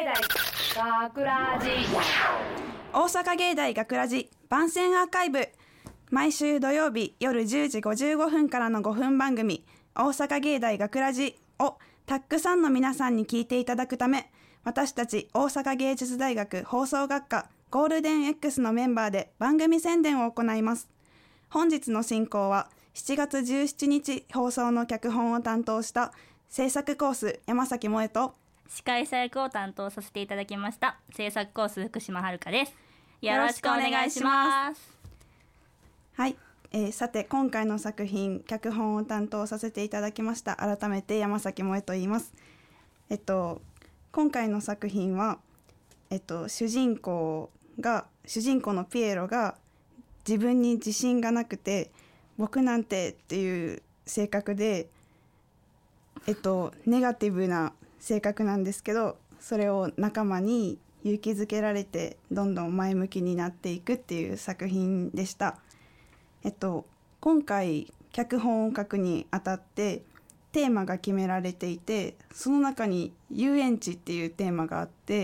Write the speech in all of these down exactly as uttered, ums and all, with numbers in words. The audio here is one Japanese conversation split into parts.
大学ラジ大阪芸大学ラジ番宣アーカイブ、毎週土曜日夜じゅうじごじゅうごふんからのごふん番組大阪芸大学ラジをたくさんの皆さんに聞いていただくため、私たち大阪芸術大学放送学科ゴールデン X のメンバーで番組宣伝を行います。本日の進行はしちがつじゅうしちにち放送の脚本を担当した制作コース山崎萌と司会者役を担当させていただきました制作コース福島遥です。よろしくお願いします。 はい、えー、さて今回の作品脚本を担当させていただきました改めて山崎萌と言います。えっと今回の作品は、えっと、主人公が主人公のピエロが自分に自信がなくて僕なんてっていう性格で、えっと、ネガティブな性格なんですけど、それを仲間に勇気づけられてどんどん前向きになっていくっていう作品でした。えっと、今回脚本を書くにあたってテーマが決められていて、その中に遊園地っていうテーマがあって、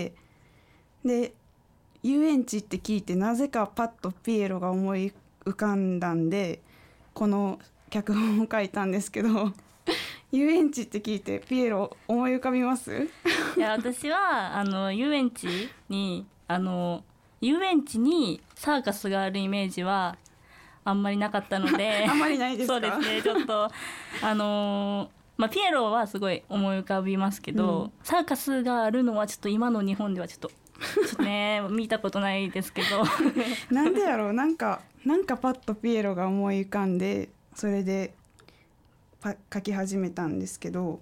で遊園地って聞いてなぜかパッとピエロが思い浮かんだんでこの脚本を書いたんですけど遊園地って聞いてピエロ思い浮かびます？ いや私はあの遊園地にあの遊園地にサーカスがあるイメージはあんまりなかったのであんまりないですか？ そうですね、ちょっとあのまあ、ピエロはすごい思い浮かびますけど、うん、サーカスがあるのはちょっと今の日本ではちょっとちょっとね見たことないですけどなんでやろう、なんかなんかパッとピエロが思い浮かんでそれでパ書き始めたんですけど、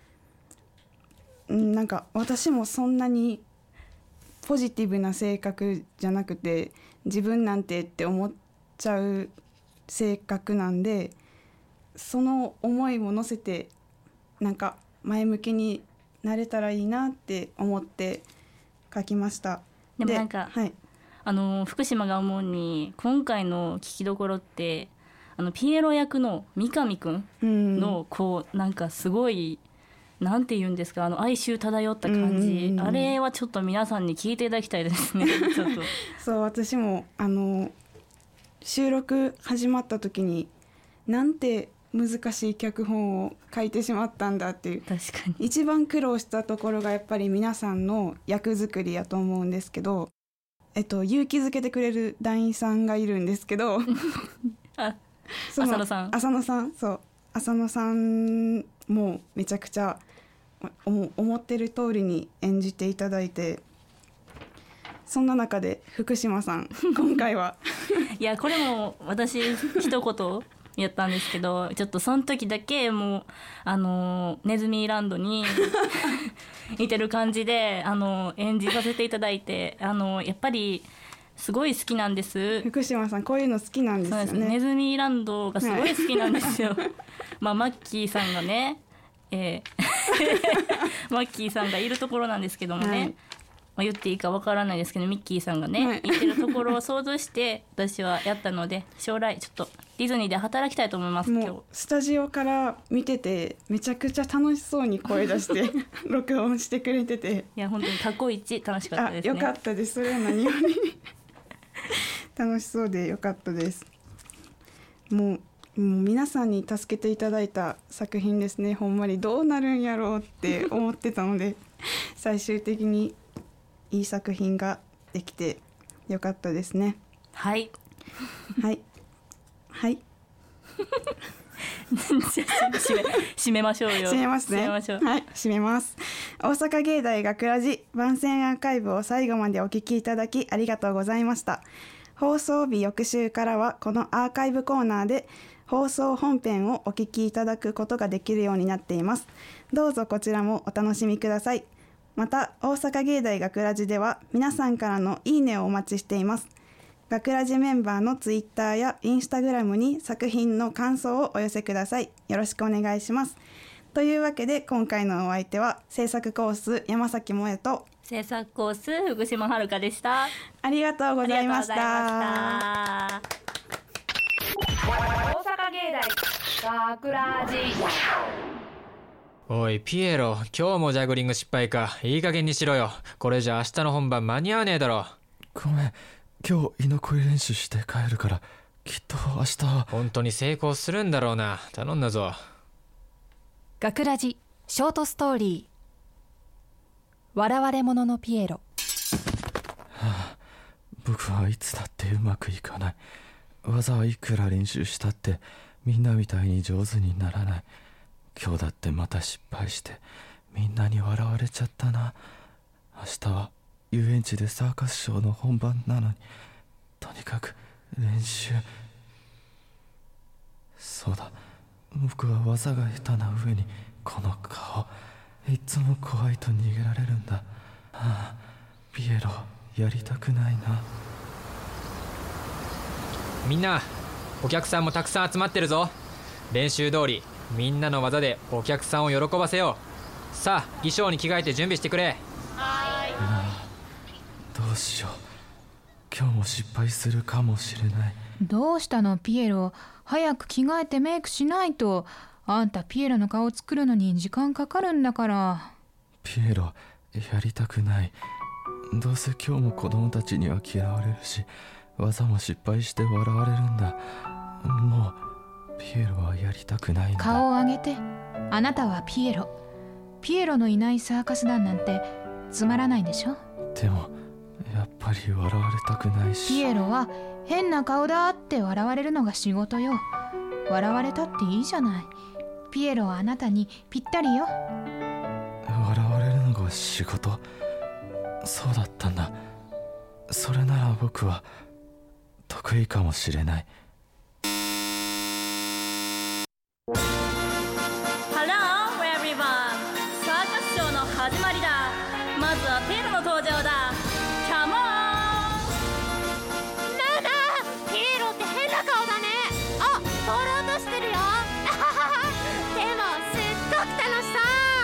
なんか私もそんなにポジティブな性格じゃなくて自分なんてって思っちゃう性格なんで、その思いも乗せてなんか前向きになれたらいいなって思って書きました。 でもなんか、はい、あの福島が思うに今回の聞きどころってあのピエロ役の三上くんのこうなんかすごいなんて言うんですか、あの哀愁漂った感じ、あれはちょっと皆さんに聞いていただきたいですねちょっとそう私もあの収録始まった時になんて難しい脚本を書いてしまったんだっていう、 確かに一番苦労したところがやっぱり皆さんの役作りやと思うんですけど、えっと、勇気づけてくれる団員さんがいるんですけどあ浅野さん浅野さんそう浅野さんもめちゃくちゃ思ってる通りに演じていただいて、そんな中で福島さん今回はいやこれも私一言やったんですけどちょっとその時だけもうあのネズミランドに似てる感じであの演じさせていただいて、あのやっぱりすごい好きなんです。 福島さんこういうの好きなんですよね。 そうです、ネズミランドがすごい好きなんですよ、はい、まあマッキーさんがね、えー、マッキーさんがいるところなんですけどもね、はい、まあ、言っていいかわからないですけどミッキーさんがね、はい、いてるところを想像して私はやったので将来ちょっとディズニーで働きたいと思います。 もう今日スタジオから見ててめちゃくちゃ楽しそうに声出して録音してくれてて、 いや本当に過去一楽しかったですね。 あよかったです。それは何より楽しそうでよかったです。もう、もう皆さんに助けていただいた作品ですね。ほんまにどうなるんやろうって思ってたので最終的にいい作品ができてよかったですね。 はいはいはい締め、締めましょうよ。 締めますね。 締めましょう。 はい、締めます。大阪芸大学ラジ番宣アーカイブを最後までお聞きいただきありがとうございました。放送日翌週からはこのアーカイブコーナーで放送本編をお聞きいただくことができるようになっています。どうぞこちらもお楽しみください。また大阪芸大学ラジでは皆さんからのいいねをお待ちしています。学ラジメンバーのツイッターやインスタグラムに作品の感想をお寄せください。よろしくお願いします。というわけで今回のお相手は制作コース山崎萌と制作コース福島遥でした。 ありがとうございました。 大阪芸大学ラジおいピエロ、今日もジャグリング失敗か。いい加減にしろよ。これじゃ明日の本番間に合わねえだろ。 ごめん、今日居残り練習して帰るから、きっと明日は。 本当に成功するんだろうな。頼んだぞ。 学ラジショートストーリー、笑われ者のピエロ。 はあ、僕はいつだってうまくいかない。技はいくら練習したってみんなみたいに上手にならない。今日だってまた失敗してみんなに笑われちゃったな。明日は遊園地でサーカスショーの本番なのに、とにかく練習。そうだ、僕は技が下手な上にこの顔、いつも怖いと逃げられるんだ。はあ、ピエロやりたくないな。 みんな、お客さんもたくさん集まってるぞ。練習通りみんなの技でお客さんを喜ばせよう。さあ、衣装に着替えて準備してくれ。 ああ、どうしよう、今日も失敗するかもしれない。 どうしたのピエロ、早く着替えてメイクしないと。あんたピエロの顔作るのに時間かかるんだから。 ピエロやりたくない。どうせ今日も子供たちには嫌われるし、技も失敗して笑われるんだ。もうピエロはやりたくないんだ。 顔を上げて。あなたはピエロ。ピエロのいないサーカス団なんてつまらないでしょ。 でもやっぱり笑われたくないし。 ピエロは変な顔だって笑われるのが仕事よ。笑われたっていいじゃない。ピエロはあなたにぴったりよ。 笑われるのが仕事。そうだったんだ。それなら僕は得意かもしれない。 Hello everyone! サーカスショーの始まりだ。まずはピエロの登場だ。Come on! なあなあ、ピエロって変な顔だね。あ、通ろうとしてるよ。でもすっごく楽し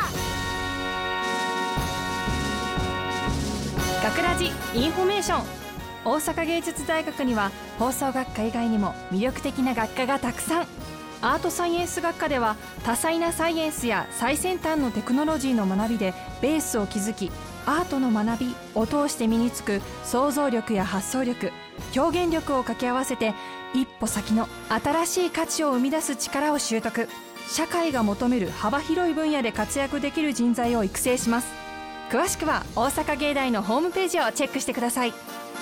そう。 学ラジインフォメーション。大阪芸術大学には放送学科以外にも魅力的な学科がたくさん。アートサイエンス学科では多彩なサイエンスや最先端のテクノロジーの学びでベースを築き、アートの学びを通して身につく想像力や発想力、表現力を掛け合わせて一歩先の新しい価値を生み出す力を習得。社会が求める幅広い分野で活躍できる人材を育成します。詳しくは大阪芸大のホームページをチェックしてください。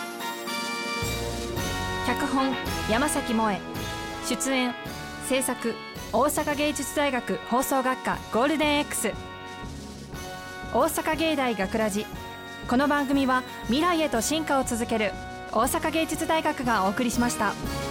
脚本山崎萌、出演制作大阪芸術大学放送学科ゴールデン X、 大阪芸大学ラジ。この番組は未来へと進化を続ける大阪芸術大学がお送りしました。